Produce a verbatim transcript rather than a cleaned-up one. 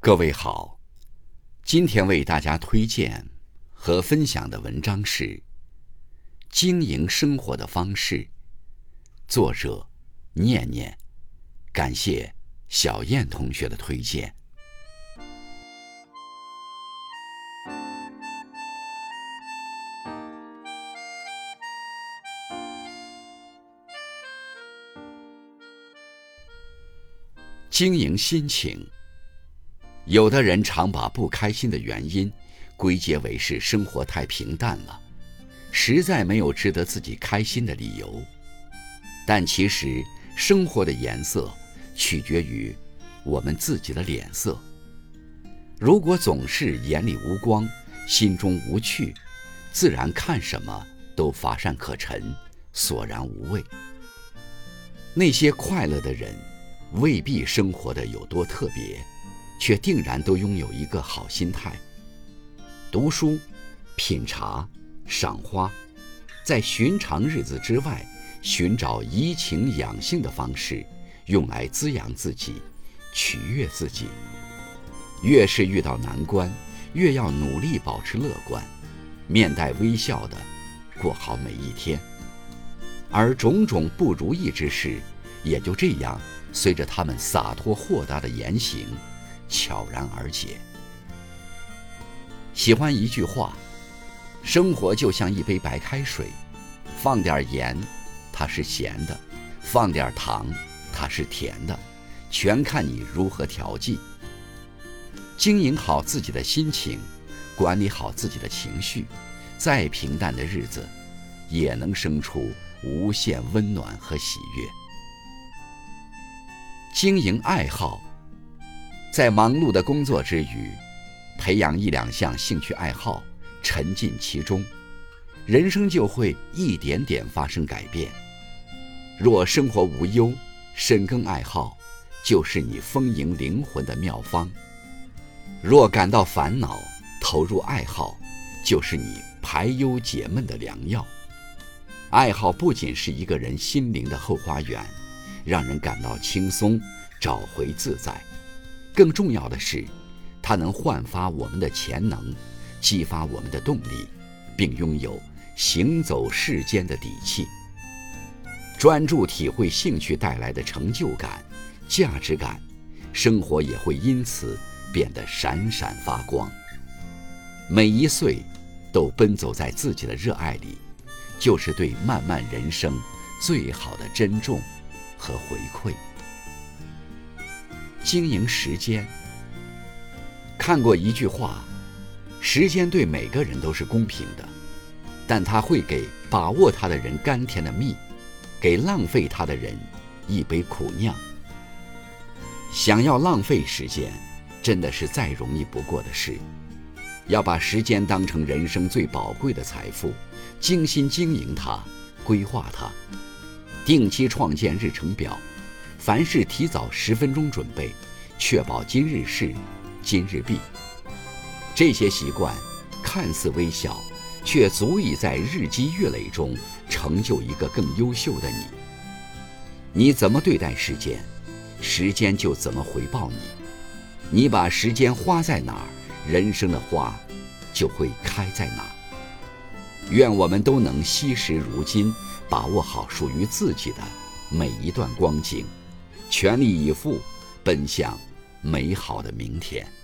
各位好，今天为大家推荐和分享的文章是《经营生活的方式》，作者念念，感谢小燕同学的推荐。经营心情，有的人常把不开心的原因归结为是生活太平淡了，实在没有值得自己开心的理由。但其实生活的颜色取决于我们自己的脸色。如果总是眼里无光，心中无趣，自然看什么都乏善可陈，索然无味。那些快乐的人未必生活的有多特别，却定然都拥有一个好心态。读书、品茶、赏花，在寻常日子之外寻找怡情养性的方式，用来滋养自己，取悦自己。越是遇到难关，越要努力保持乐观，面带微笑地过好每一天。而种种不如意之事，也就这样随着他们洒脱豁达的言行悄然而解。喜欢一句话，生活就像一杯白开水，放点盐它是咸的，放点糖它是甜的，全看你如何调剂。经营好自己的心情，管理好自己的情绪，再平淡的日子也能生出无限温暖和喜悦。经营爱好，在忙碌的工作之余，培养一两项兴趣爱好，沉浸其中，人生就会一点点发生改变。若生活无忧，深耕爱好就是你丰盈灵魂的妙方；若感到烦恼，投入爱好就是你排忧解闷的良药。爱好不仅是一个人心灵的后花园，让人感到轻松，找回自在。更重要的是，它能焕发我们的潜能，激发我们的动力，并拥有行走世间的底气。专注体会兴趣带来的成就感、价值感，生活也会因此变得闪闪发光。每一岁都奔走在自己的热爱里，就是对漫漫人生最好的珍重和回馈。经营时间，看过一句话，时间对每个人都是公平的，但它会给把握它的人甘甜的蜜，给浪费它的人一杯苦酿。想要浪费时间，真的是再容易不过的事。要把时间当成人生最宝贵的财富，精心经营它，规划它，定期创建日程表，凡事提早十分钟准备，确保今日事今日毕。这些习惯看似微小，却足以在日积月累中成就一个更优秀的你。你怎么对待时间，时间就怎么回报你。你把时间花在哪儿，人生的花就会开在哪儿。愿我们都能惜时如金，把握好属于自己的每一段光景，全力以赴奔向美好的明天。